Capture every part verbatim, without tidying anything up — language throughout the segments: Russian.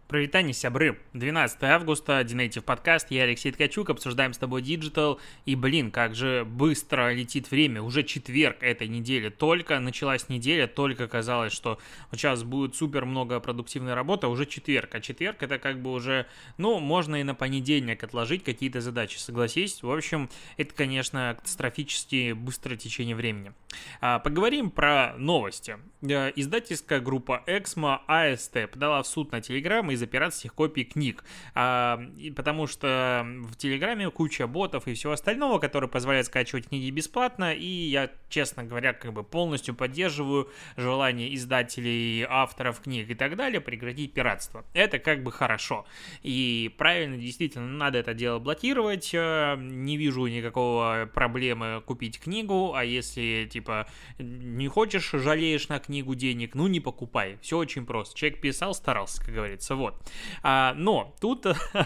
Привет, сябры. двенадцатое августа, Dinative Podcast, я Алексей Ткачук, обсуждаем с тобой Digital, и, блин, как же быстро летит время, уже четверг этой недели, только началась неделя, только казалось, что вот сейчас будет супер много продуктивной работы, а уже четверг, а четверг это как бы уже, ну, можно и на понедельник отложить какие-то задачи, согласись, в общем, это, конечно, катастрофически быстрое течение времени. А, поговорим про новости. Издательская группа Эксмо АСТ подала в суд на Telegram из-за пиратских копий книг, а, и потому что в Телеграме куча ботов и всего остального, которые позволяют скачивать книги бесплатно, и я, честно говоря, как бы полностью поддерживаю желание издателей, авторов книг и так далее прекратить пиратство. Это как бы хорошо, и правильно, действительно, надо это дело блокировать, не вижу никакого проблемы купить книгу, а если, типа, не хочешь, жалеешь на книгу денег, ну не покупай, все очень просто, человек писал, старался, как говорится, вот. А, но тут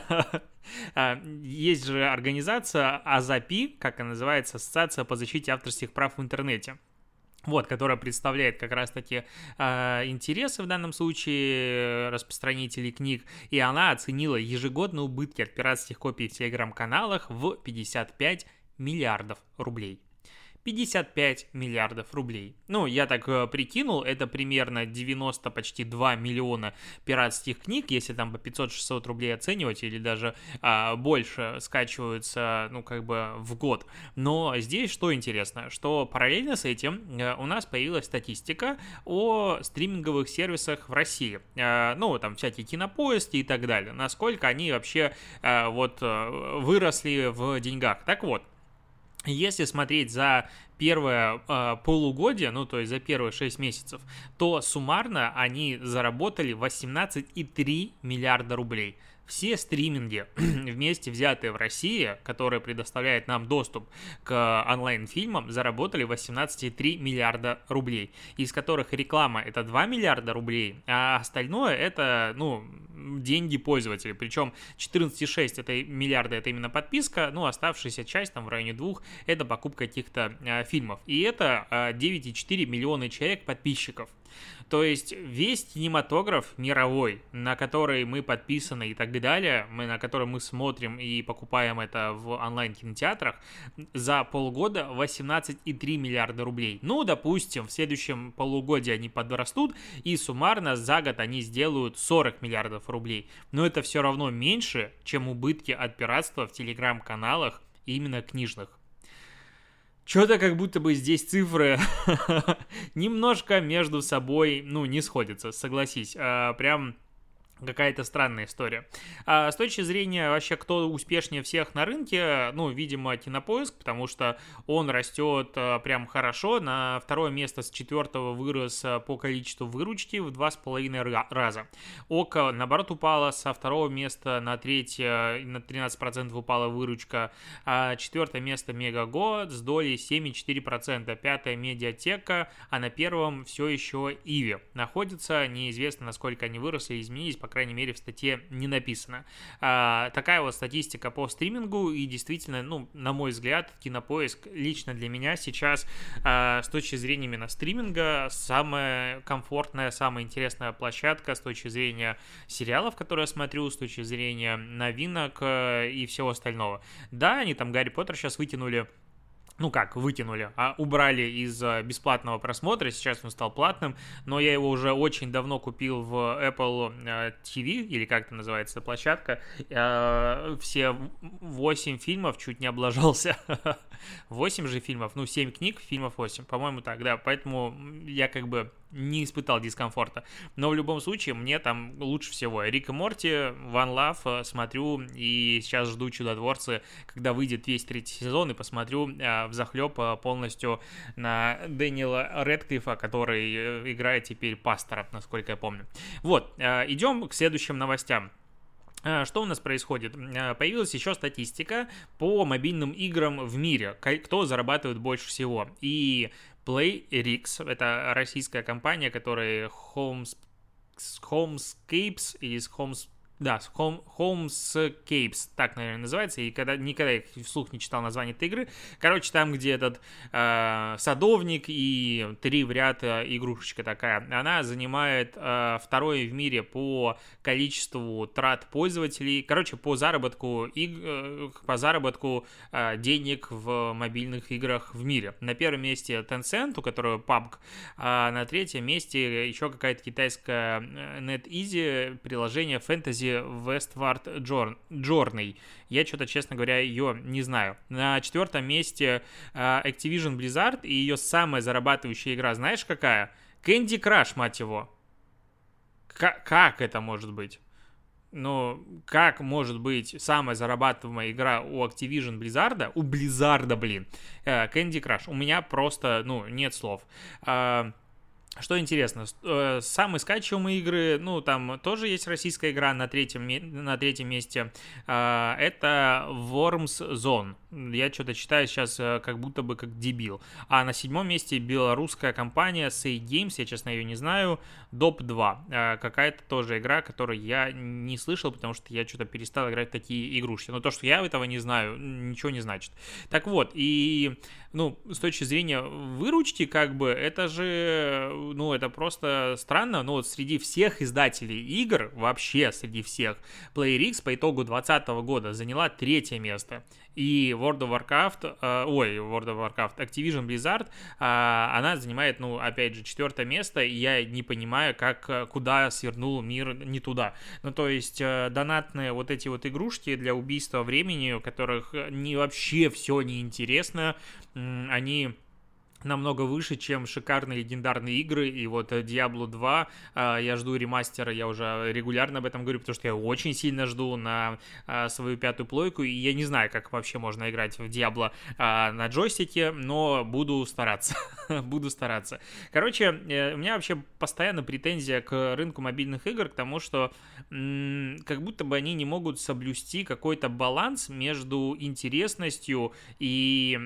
есть же организация АЗАПИ, как она называется, Ассоциация по защите авторских прав в интернете. Вот, которая представляет как раз-таки э, интересы в данном случае распространителей книг, и она оценила ежегодные убытки от пиратских копий в телеграм-каналах в пятьдесят пять миллиардов рублей. пятьдесят пять миллиардов рублей. Ну, я так э, прикинул, это примерно девяносто, почти два миллиона пиратских книг, если там по пятьсот-шестьсот рублей оценивать, или даже э, больше скачиваются, ну, как бы в год. Но здесь что интересно, что параллельно с этим э, у нас появилась статистика о стриминговых сервисах в России. Э, ну, там всякие кинопоиски и так далее. Насколько они вообще э, вот э, выросли в деньгах. Так вот, если смотреть за первое э, полугодие, ну то есть за первые шесть месяцев, то суммарно они заработали восемнадцать и три миллиарда рублей. Все стриминги вместе взятые в России, которые предоставляют нам доступ к онлайн-фильмам, заработали восемнадцать и три миллиарда рублей, из которых реклама это два миллиарда рублей, а остальное это, ну, деньги пользователей. Причем четырнадцать и шесть это миллиарда это именно подписка, ну, оставшаяся часть, там в районе двух, это покупка каких-то э, фильмов. И это э, девять и четыре миллиона человек подписчиков. То есть весь кинематограф мировой, на который мы подписаны и так далее, мы, на который мы смотрим и покупаем это в онлайн-кинотеатрах, за полгода восемнадцать и три миллиарда рублей. Ну, допустим, в следующем полугодии они подрастут, и суммарно за год они сделают сорок миллиардов рублей. Но это все равно меньше, чем убытки от пиратства в телеграм-каналах, именно книжных. Что-то как будто бы здесь цифры немножко между собой, ну, не сходятся, согласись. А, прям какая-то странная история. А с точки зрения вообще, кто успешнее всех на рынке, ну, видимо, Кинопоиск, потому что он растет а, прям хорошо. На второе место с четвертого вырос а, по количеству выручки в два с половиной раза. Око, наоборот, упало со второго места на третье, на тринадцать процентов упала выручка. А четвертое место Мегаго с долей семь и четыре десятых процента. Пятое Медиатека, а на первом все еще Иви находится. Неизвестно, насколько они выросли и изменились, по крайней мере, в статье не написано. А, такая вот статистика по стримингу, и действительно, ну, на мой взгляд, Кинопоиск лично для меня сейчас а, с точки зрения именно стриминга самая комфортная, самая интересная площадка с точки зрения сериалов, которые я смотрю, с точки зрения новинок а, и всего остального. Да, они там Гарри Поттер сейчас вытянули. Ну как, вытянули, а убрали из бесплатного просмотра, сейчас он стал платным, но я его уже очень давно купил в Apple ти ви, или как это называется, площадка, все восемь фильмов чуть не облажался, восемь же фильмов, ну семь книг, фильмов восемь, по-моему так, да, поэтому я как бы не испытал дискомфорта, но в любом случае мне там лучше всего Рик и Морти, One Love смотрю, и сейчас жду Чудотворцы, когда выйдет весь третий сезон, и посмотрю взахлеб полностью на Дэниела Рэдклиффа, который играет теперь пастора, насколько я помню. Вот, идем к следующим новостям. Что у нас происходит? Появилась еще статистика по мобильным играм в мире, кто зарабатывает больше всего. И PlayRix, это российская компания, которая Homes, Homescapes или Homes Да, Home, Homescapes, так, наверное, называется. И когда, никогда я вслух не читал название этой игры. Короче, там, где этот э, садовник и три в ряд э, игрушечка такая. Она занимает э, второе в мире по количеству трат пользователей. Короче, по заработку, иг, э, по заработку э, денег в мобильных играх в мире. На первом месте Tencent, у которого пабг, а на третьем месте еще какая-то китайская NetEasy, приложение Fantasy Westward Journey. Я что-то, честно говоря, ее не знаю. На четвертом месте uh, Activision Blizzard, и ее самая зарабатывающая игра, знаешь какая? Candy Crush, мать его. К- как это может быть? Ну, как может быть самая зарабатываемая игра у Activision Blizzard, у Blizzard, блин, uh, Candy Crush? У меня просто, ну, нет слов. Uh, Что интересно, самые скачиваемые игры, ну, там тоже есть российская игра на третьем, на третьем месте, это Worms Zone. Я что-то читаю сейчас как будто бы как дебил. А на седьмом месте белорусская компания Say Games, я, честно, ее не знаю, Доп два. Какая-то тоже игра, которую я не слышал, потому что я что-то перестал играть в такие игрушки. Но то, что я этого не знаю, ничего не значит. Так вот, и, ну, с точки зрения выручки, как бы, это же... ну, это просто странно, но вот среди всех издателей игр, вообще среди всех, PlayerX по итогу двадцатого года заняла третье место. И World of Warcraft, э, ой, World of Warcraft, Activision Blizzard, э, она занимает, ну, опять же, четвертое место, и я не понимаю, как, куда свернул мир не туда. Ну, то есть, э, донатные вот эти вот игрушки для убийства времени, у которых не вообще все неинтересно, э, они... намного выше, чем шикарные легендарные игры, и вот Diablo два, э, я жду ремастера, я уже регулярно об этом говорю, потому что я очень сильно жду на э, свою пятую плойку, и я не знаю, как вообще можно играть в Diablo э, на джойстике, но буду стараться, буду стараться. Короче, э, у меня вообще постоянно претензия к рынку мобильных игр, к тому, что м- как будто бы они не могут соблюсти какой-то баланс между интересностью и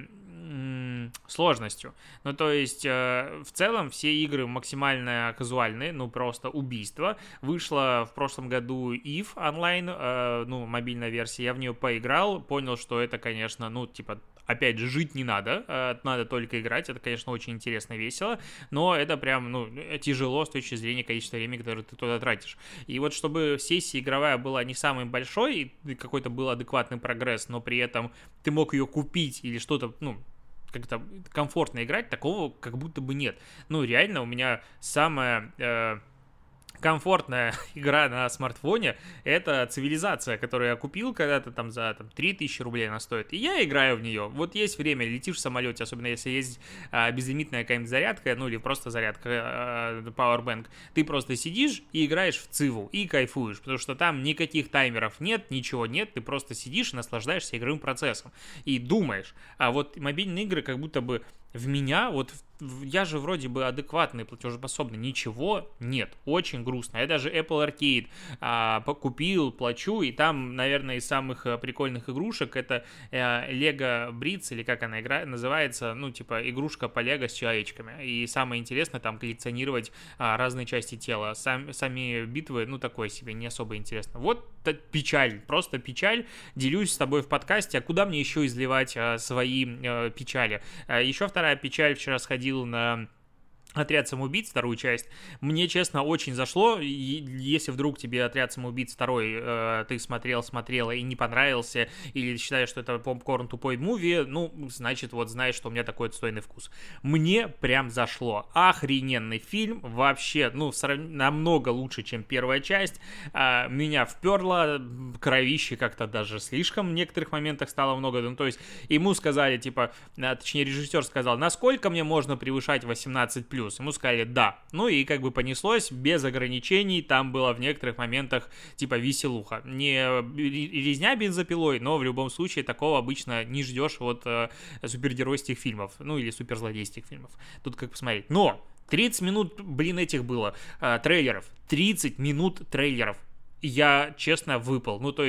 сложностью. Ну, то есть, э, в целом, все игры максимально казуальные, ну, просто убийство. Вышла в прошлом году Eve онлайн, э, ну, мобильная версия, я в нее поиграл, понял, что это, конечно, ну, типа, опять же, жить не надо, э, надо только играть, это, конечно, очень интересно, весело, но это прям, ну, тяжело с точки зрения количества времени, которое ты туда тратишь. И вот, чтобы сессия игровая была не самой большой, и какой-то был адекватный прогресс, но при этом ты мог ее купить или что-то, ну, как-то комфортно играть, такого как будто бы нет. Ну, реально, у меня самая э, комфортная игра на смартфоне — это Цивилизация, которую я купил когда-то там за там, три тысячи рублей она стоит, и я играю в нее. Вот есть время, летишь в самолете, особенно если есть а, безлимитная какая-нибудь зарядка, ну или просто зарядка, а, Powerbank, ты просто сидишь и играешь в Циву и кайфуешь, потому что там никаких таймеров нет, ничего нет, ты просто сидишь и наслаждаешься игровым процессом и думаешь. А вот мобильные игры как будто бы в меня, вот я же вроде бы адекватный, платежеспособный, ничего нет, очень грустно. Я даже Apple Arcade а, купил, плачу, и там, наверное, из самых прикольных игрушек это а, Lego Bricks, или как она игра называется, ну, типа, игрушка по Lego с человечками. И самое интересное там коллекционировать а, разные части тела. Сам, сами битвы, ну, такое себе, не особо интересно. Вот печаль, просто печаль. Делюсь с тобой в подкасте, а куда мне еще изливать а, свои а, печали? А, еще вторая печаль, вчера сходил на «Отряд самоубийц», вторую часть. Мне, честно, очень зашло. Если вдруг тебе «Отряд самоубийц» второй э, ты смотрел, смотрела и не понравился, или считаешь, что это попкорн тупой муви, ну, значит, вот знаешь, что у меня такой отстойный вкус. Мне прям зашло. Охрененный фильм. Вообще, ну, намного лучше, чем первая часть. А, меня вперло. Кровище как-то даже слишком в некоторых моментах стало много. Ну, то есть, ему сказали, типа, точнее, режиссер сказал, насколько мне можно превышать восемнадцать плюс? Ему сказали «да». Ну и как бы понеслось без ограничений, там было в некоторых моментах типа веселуха. Не резня бензопилой, но в любом случае такого обычно не ждешь от э, супергеройских фильмов, ну или суперзлодейских фильмов. Тут как посмотреть. Но тридцать минут, блин, этих было, э, трейлеров. тридцать минут трейлеров. Я, честно, выпал. Ну, то есть,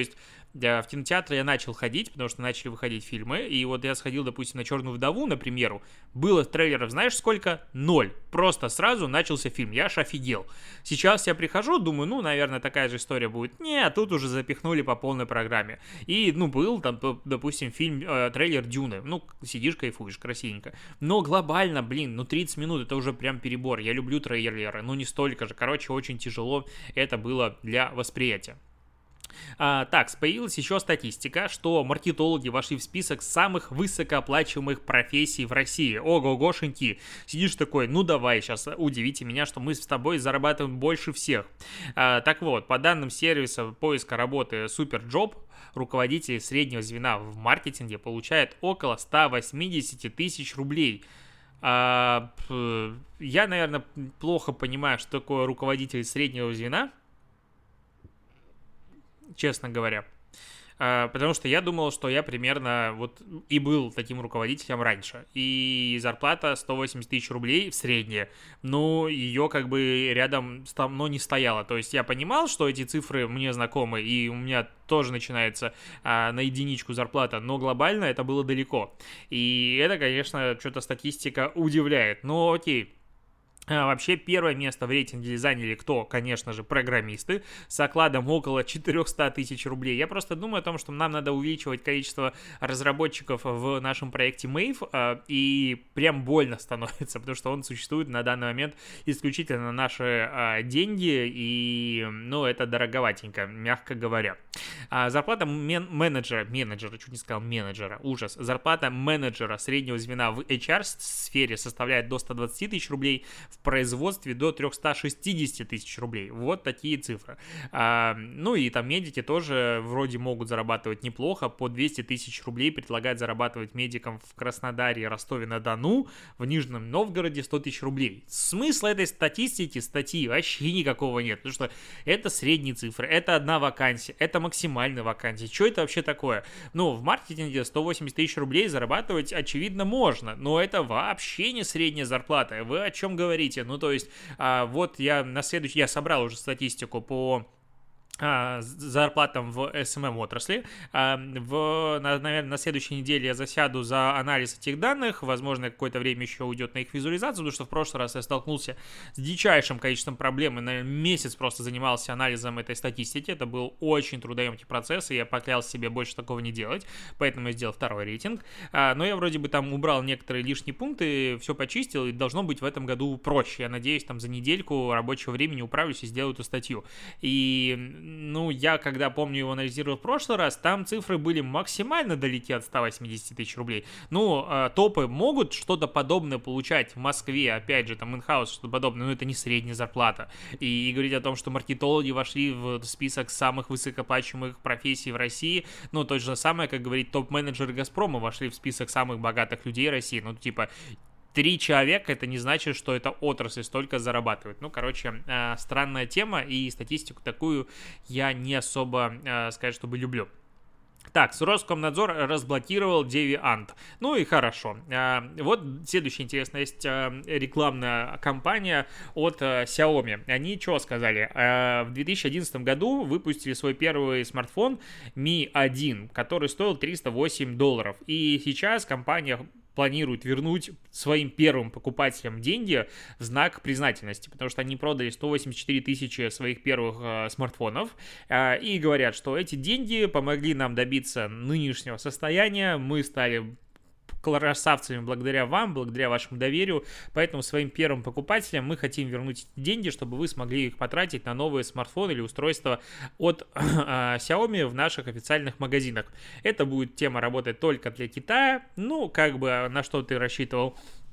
в кинотеатр я начал ходить, потому что начали выходить фильмы, и вот я сходил, допустим, на «Черную вдову», на премьеру, было трейлеров, знаешь, сколько? Ноль. Просто сразу начался фильм, я аж офигел. Сейчас я прихожу, думаю, ну, наверное, такая же история будет. Не, тут уже запихнули по полной программе. И, ну, был там, допустим, фильм, э, трейлер «Дюны», ну, сидишь, кайфуешь, красивенько. Но глобально, блин, ну, тридцать минут, это уже прям перебор. Я люблю трейлеры, но не столько же. Короче, очень тяжело это было для восприятия. А, так, появилась еще статистика, что маркетологи вошли в список самых высокооплачиваемых профессий в России. Ого-гошеньки. Сидишь такой, ну давай, сейчас удивите меня, что мы с тобой зарабатываем больше всех. А, так вот, по данным сервиса поиска работы SuperJob, руководители среднего звена в маркетинге получают около сто восемьдесят тысяч рублей. А, я, наверное, плохо понимаю, что такое руководитель среднего звена, честно говоря. Потому что я думал, что я примерно вот и был таким руководителем раньше. И зарплата сто восемьдесят тысяч рублей в среднее, но ее как бы рядом но не стояла. То есть я понимал, что эти цифры мне знакомы, и у меня тоже начинается а, на единичку зарплата, но глобально это было далеко. И это, конечно, что-то статистика удивляет. Но окей. А, вообще, первое место в рейтинге заняли кто? Конечно же, программисты с окладом около четыреста тысяч рублей. Я просто думаю о том, что нам надо увеличивать количество разработчиков в нашем проекте Мэйв, а, и прям больно становится, потому что он существует на данный момент исключительно на наши а, деньги, и, ну, это дороговатенько, мягко говоря. А, зарплата мен- менеджера, менеджера, чуть не сказал менеджера, ужас. Зарплата менеджера среднего звена в эйч ар-сфере составляет до ста двадцати тысяч рублей, в производстве до триста шестьдесят тысяч рублей. Вот такие цифры. А, ну и там медики тоже вроде могут зарабатывать неплохо. По двести тысяч рублей предлагают зарабатывать медикам в Краснодаре и Ростове-на-Дону, в Нижнем Новгороде сто тысяч рублей. Смысла этой статистики, статьи вообще никакого нет, потому что это средние цифры, это одна вакансия, это максимальная вакансия. Что это вообще такое? Ну, в маркетинге сто восемьдесят тысяч рублей зарабатывать, очевидно, можно, но это вообще не средняя зарплата. Вы о чем говорите? Ну, то есть, а, вот я на следующий, я собрал уже статистику по зарплатам в эс эм эм-отрасли. В, наверное, на следующей неделе я засяду за анализ этих данных. Возможно, какое-то время еще уйдет на их визуализацию, потому что в прошлый раз я столкнулся с дичайшим количеством проблем и, наверное, месяц просто занимался анализом этой статистики. Это был очень трудоемкий процесс, и я поклялся себе больше такого не делать, поэтому я сделал второй рейтинг. Но я вроде бы там убрал некоторые лишние пункты, все почистил, и должно быть в этом году проще. Я надеюсь, там за недельку рабочего времени управлюсь и сделаю эту статью. И ну, я, когда, помню, его анализировал в прошлый раз, там цифры были максимально далеки от ста восьмидесяти тысяч рублей. Ну, э, топы могут что-то подобное получать в Москве, опять же, там, инхаус, что-то подобное, но это не средняя зарплата. И, и говорить о том, что маркетологи вошли в список самых высокооплачиваемых профессий в России, ну, то же самое, как говорить, топ-менеджеры Газпрома вошли в список самых богатых людей России, ну, типа... Три человека, это не значит, что эта отрасль столько зарабатывает. Ну, короче, э, странная тема, и статистику такую я не особо, э, сказать, чтобы люблю. Так, Роскомнадзор разблокировал Deviant. Ну и хорошо. Вот следующая интересная есть рекламная кампания от Xiaomi. Они что сказали? В две тысячи одиннадцатом году выпустили свой первый смартфон ми один, который стоил триста восемь долларов. И сейчас компания планируют вернуть своим первым покупателям деньги в знак признательности, потому что они продали сто восемьдесят четыре тысячи своих первых э, смартфонов э, и говорят, что эти деньги помогли нам добиться нынешнего состояния, мы стали красавцами благодаря вам, благодаря вашему доверию, поэтому своим первым покупателям мы хотим вернуть эти деньги, чтобы вы смогли их потратить на новые смартфоны или устройства от э, Xiaomi в наших официальных магазинах. Это будет тема работать только для Китая, ну, как бы на что ты рассчитывал.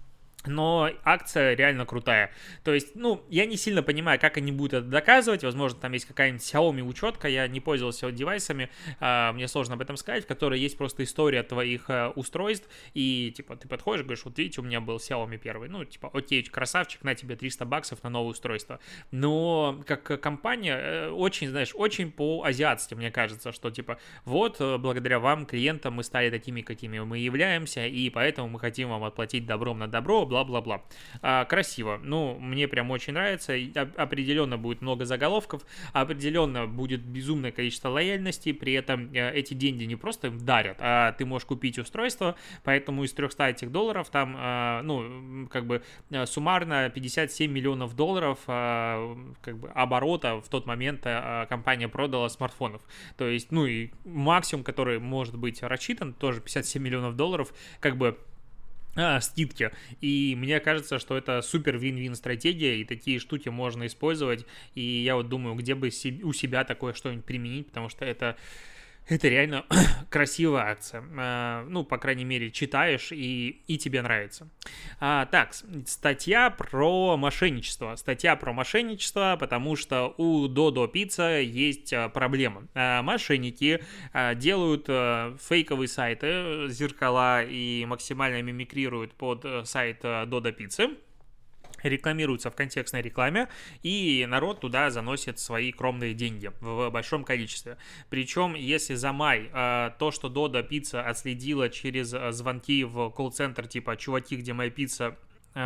Но акция реально крутая. То есть, ну, я не сильно понимаю, как они будут это доказывать. Возможно, там есть какая-нибудь Xiaomi учетка. Я не пользовался девайсами, а, мне сложно об этом сказать, в которой есть просто история твоих а, устройств. И, типа, ты подходишь, говоришь, вот видите, у меня был Xiaomi первый. Ну, типа, окей, красавчик, на тебе триста баксов на новое устройство. Но как компания очень, знаешь, очень по-азиатски, мне кажется, что, типа, вот, благодаря вам, клиентам, мы стали такими, какими мы являемся, и поэтому мы хотим вам отплатить добром на добро, бла-бла-бла. А, красиво. Ну, мне прям очень нравится. Определенно будет много заголовков, определенно будет безумное количество лояльности, при этом эти деньги не просто им дарят, а ты можешь купить устройство, поэтому из трехсот этих долларов там, ну, как бы суммарно пятьдесят семь миллионов долларов как бы оборота в тот момент компания продала смартфонов. То есть, ну, и максимум, который может быть рассчитан, тоже пятьдесят семь миллионов долларов, как бы А, скидки. И мне кажется, что это супер вин-вин стратегия, и такие штуки можно использовать. И я вот думаю, где бы у себя такое что-нибудь применить, потому что это, это реально красивая акция. А, ну, по крайней мере, читаешь, и, и тебе нравится. А, так, статья про мошенничество. Статья про мошенничество, потому что у Dodo Pizza есть проблема. А, мошенники а, делают а, фейковые сайты, зеркала, и максимально мимикрируют под сайт Dodo Pizza, рекламируются в контекстной рекламе, и народ туда заносит свои кромные деньги в большом количестве. Причем, если за май э, то, что Dodo Pizza отследила через звонки в колл-центр, типа «Чуваки, где моя пицца?»,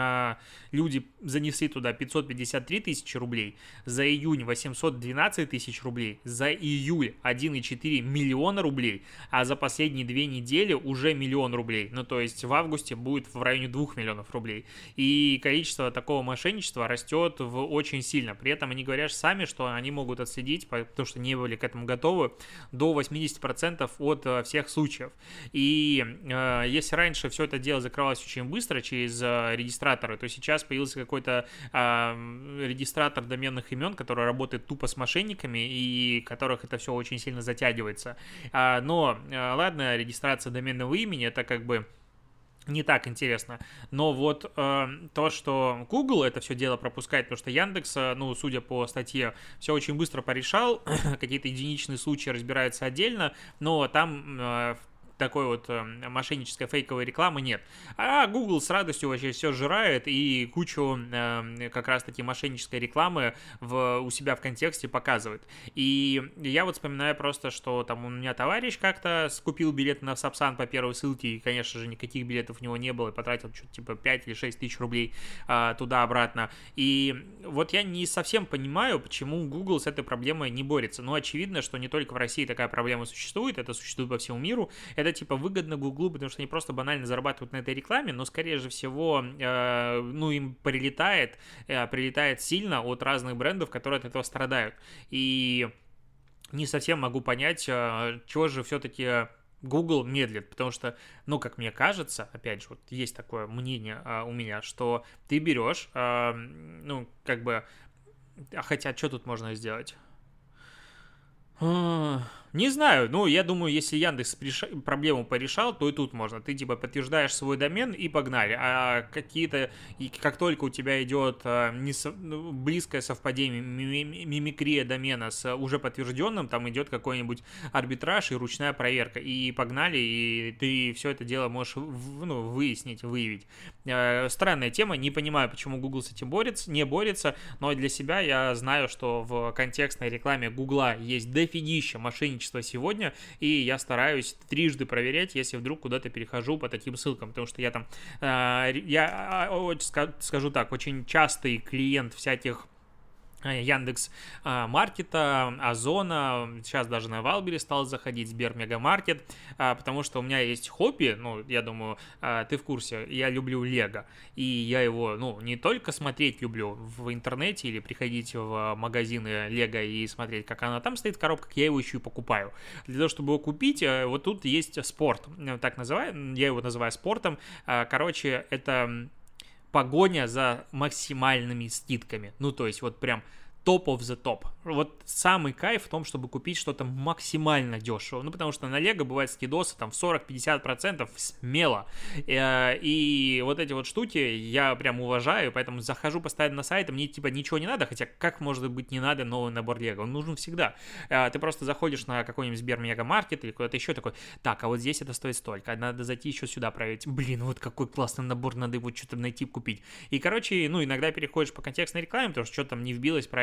люди занесли туда пятьсот пятьдесят три тысячи рублей, за июнь восемьсот двенадцать тысяч рублей, за июль один и четыре миллиона рублей, а за последние две недели уже миллион рублей. Ну, то есть в августе будет в районе двух миллионов рублей. И количество такого мошенничества растет в очень сильно. При этом они говорят сами, что они могут отследить, потому что не были к этому готовы, до восемьдесят процентов от всех случаев. И э, если раньше все это дело закрывалось очень быстро через э, регистрацию, то сейчас появился какой-то э, регистратор доменных имен, который работает тупо с мошенниками и которых это все очень сильно затягивается. А, но, э, ладно, регистрация доменного имени — это как бы не так интересно. Но вот э, то, что Google это все дело пропускает, потому что Яндекс, э, ну, судя по статье, все очень быстро порешал, какие-то единичные случаи разбираются отдельно, но там э, такой вот э, мошеннической фейковой рекламы нет. А Google с радостью вообще все жирает и кучу э, как раз-таки мошеннической рекламы в, у себя в контексте показывает. И я вот вспоминаю просто, что там у меня товарищ как-то скупил билет на Сапсан по первой ссылке, и, конечно же, никаких билетов у него не было, и потратил что-то типа пять или шесть тысяч рублей э, туда-обратно. И вот я не совсем понимаю, почему Google с этой проблемой не борется. Ну, очевидно, что не только в России такая проблема существует, это существует по всему миру. Это типа выгодно Гуглу, потому что они просто банально зарабатывают на этой рекламе, но скорее же всего, э, ну, им прилетает, э, прилетает сильно от разных брендов, которые от этого страдают. И не совсем могу понять, э, чего же все-таки Google медлит, потому что, ну, как мне кажется, опять же, вот есть такое мнение э, у меня, что ты берешь, э, ну, как бы, а хотя, что тут можно сделать? Не знаю, ну, я думаю, если Яндекс проблему порешал, то и тут можно. Ты, типа, подтверждаешь свой домен и погнали. А какие-то, и как только у тебя идет а, не со, ну, близкое совпадение, мимикрия домена с уже подтвержденным, там идет какой-нибудь арбитраж и ручная проверка. И погнали, и ты все это дело можешь ну, выяснить, выявить. А, странная тема, не понимаю, почему Google с этим борется, не борется, но для себя я знаю, что в контекстной рекламе Гугла есть дофигища мошенничества сегодня, и я стараюсь трижды проверять, если вдруг куда-то перехожу по таким ссылкам, потому что я там, э, я скажу так, очень частый клиент всяких Яндекс Маркета, Озона, сейчас даже на Валбере стал заходить, Сбермегамаркет, потому что у меня есть хобби, ну, я думаю, ты в курсе, я люблю Лего, и я его, ну, не только смотреть люблю в интернете или приходить в магазины Лего и смотреть, как она там стоит в коробках, я его еще и покупаю. Для того, чтобы его купить, вот тут есть спорт, так называю, я его называю спортом, короче, это погоня за максимальными скидками. Ну, то есть, вот прям top of the top. Вот самый кайф в том, чтобы купить что-то максимально дешево. Ну, потому что на Лего бывают скидосы там в сорок-пятьдесят процентов смело. И, и вот эти вот штуки я прям уважаю, поэтому захожу постоянно на сайт, и мне типа ничего не надо, хотя как может быть не надо новый набор Лего? Он нужен всегда. Ты просто заходишь на какой-нибудь Сбермегамаркет или куда-то еще такой, так, а вот здесь это стоит столько, надо зайти еще сюда проверить. Блин, вот какой классный набор, надо его что-то найти, купить. И, короче, ну, иногда переходишь по контекстной рекламе, потому что что-то там не вбилось правильно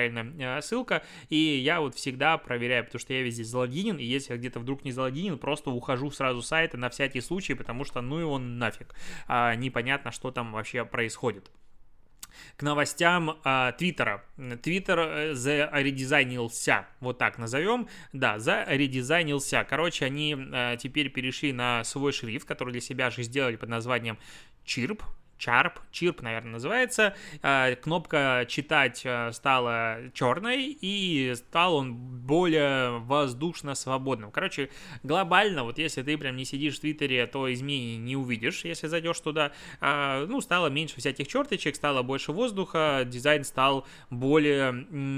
правильная ссылка, и я вот всегда проверяю, потому что я везде залогинен, и если я где-то вдруг не залогинен, просто ухожу сразу с сайта на всякий случай, потому что ну его нафиг, а, непонятно, что там вообще происходит. К новостям а, Твиттера. Твиттер заредизайнился, вот так назовем. Да, заредизайнился. Короче, они а, теперь перешли на свой шрифт, который для себя же сделали под названием Chirp. Чарп, чирп, наверное, называется. Кнопка «Читать» стала черной, и стал он более воздушно-свободным. Короче, глобально, вот если ты прям не сидишь в Твиттере, то изменений не увидишь, если зайдешь туда. Ну, стало меньше всяких черточек, стало больше воздуха, дизайн стал более...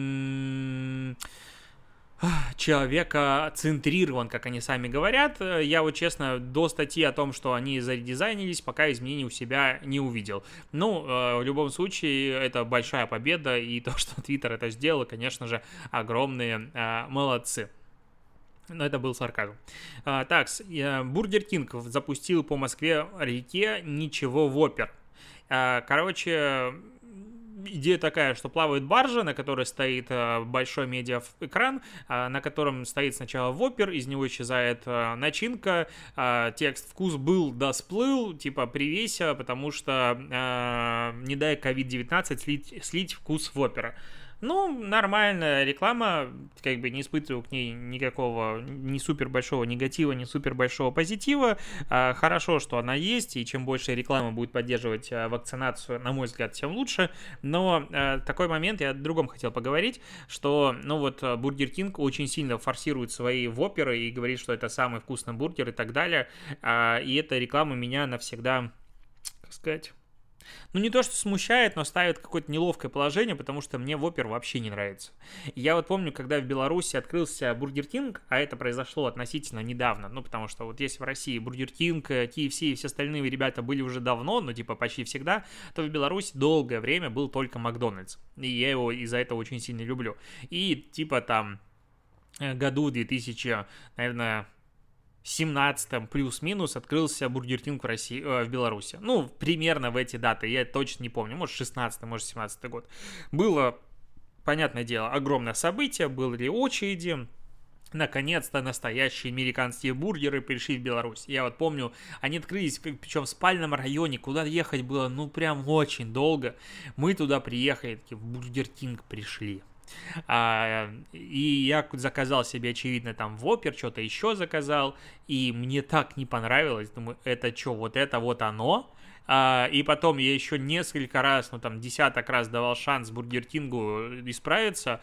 М- человека центрирован, как они сами говорят. Я вот, честно, до статьи о том, что они заредизайнились, пока изменений у себя не увидел. Ну, в любом случае, это большая победа, и то, что Twitter это сделал, конечно же, огромные молодцы. Но это был сарказм. А, так, Бургер Кинг запустил по Москве-реке ничего вопер. А, короче... Идея такая, что плавает баржа, на которой стоит большой медиа-экран, на котором стоит сначала вопер, из него исчезает начинка, текст «Вкус был, да сплыл», типа «Привейся», потому что не дай ковид девятнадцать слить, слить вкус вопера. Ну, нормальная реклама, как бы не испытываю к ней никакого, ни супер большого негатива, ни супер большого позитива. А, хорошо, что она есть, и чем больше реклама будет поддерживать а, вакцинацию, на мой взгляд, тем лучше. Но а, такой момент, я о другом хотел поговорить, что, ну вот, Бургер Кинг очень сильно форсирует свои воперы и говорит, что это самый вкусный бургер и так далее. А, и эта реклама меня навсегда, как сказать... Ну, не то, что смущает, но ставит какое-то неловкое положение, потому что мне вопер вообще не нравится. И я вот помню, когда в Беларуси открылся Бургер Кинг, а это произошло относительно недавно, ну, потому что вот если в России Бургер Кинг, кей эф си и все остальные ребята были уже давно, ну, типа почти всегда, то в Беларуси долгое время был только Макдональдс. И я его из-за этого очень сильно люблю. И типа там году в две тысячи, наверное... семнадцатом плюс-минус открылся Бургер Кинг в России, э, в Беларуси. Ну, примерно в эти даты, я точно не помню, может шестнадцатый, может семнадцатый год. Было, понятное дело, огромное событие, были очереди. Наконец-то настоящие американские бургеры пришли в Беларусь. Я вот помню, они открылись, причем в спальном районе, куда ехать было, ну, прям очень долго. Мы туда приехали, такие, в Бургер Кинг пришли. А, и я заказал себе, очевидно, там вопер, что-то еще заказал, и мне так не понравилось, думаю, это что, вот это вот оно? А, и потом я еще несколько раз, ну там десяток раз давал шанс Бургер Кингу исправиться,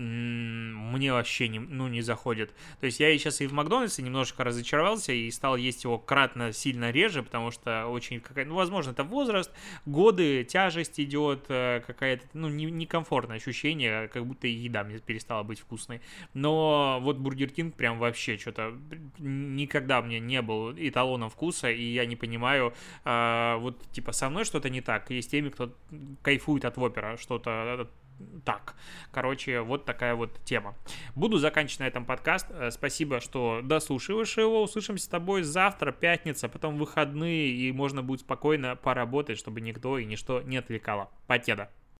мне вообще не, ну, не заходит. То есть я и сейчас и в Макдональдсе немножко разочаровался и стал есть его кратно сильно реже, потому что очень какая-то, ну, возможно, это возраст, годы, тяжесть идет, какая-то, ну, некомфортное ощущение, как будто еда мне перестала быть вкусной. Но вот Бургер Кинг прям вообще что-то никогда мне не был эталоном вкуса, и я не понимаю, вот типа со мной что-то не так, и с теми, кто кайфует от вопера, что-то так. Короче, вот такая вот тема. Буду заканчивать на этом подкаст. Спасибо, что дослушиваешь его. Услышимся с тобой завтра, пятница, потом выходные, и можно будет спокойно поработать, чтобы никто и ничто не отвлекало. Покеда.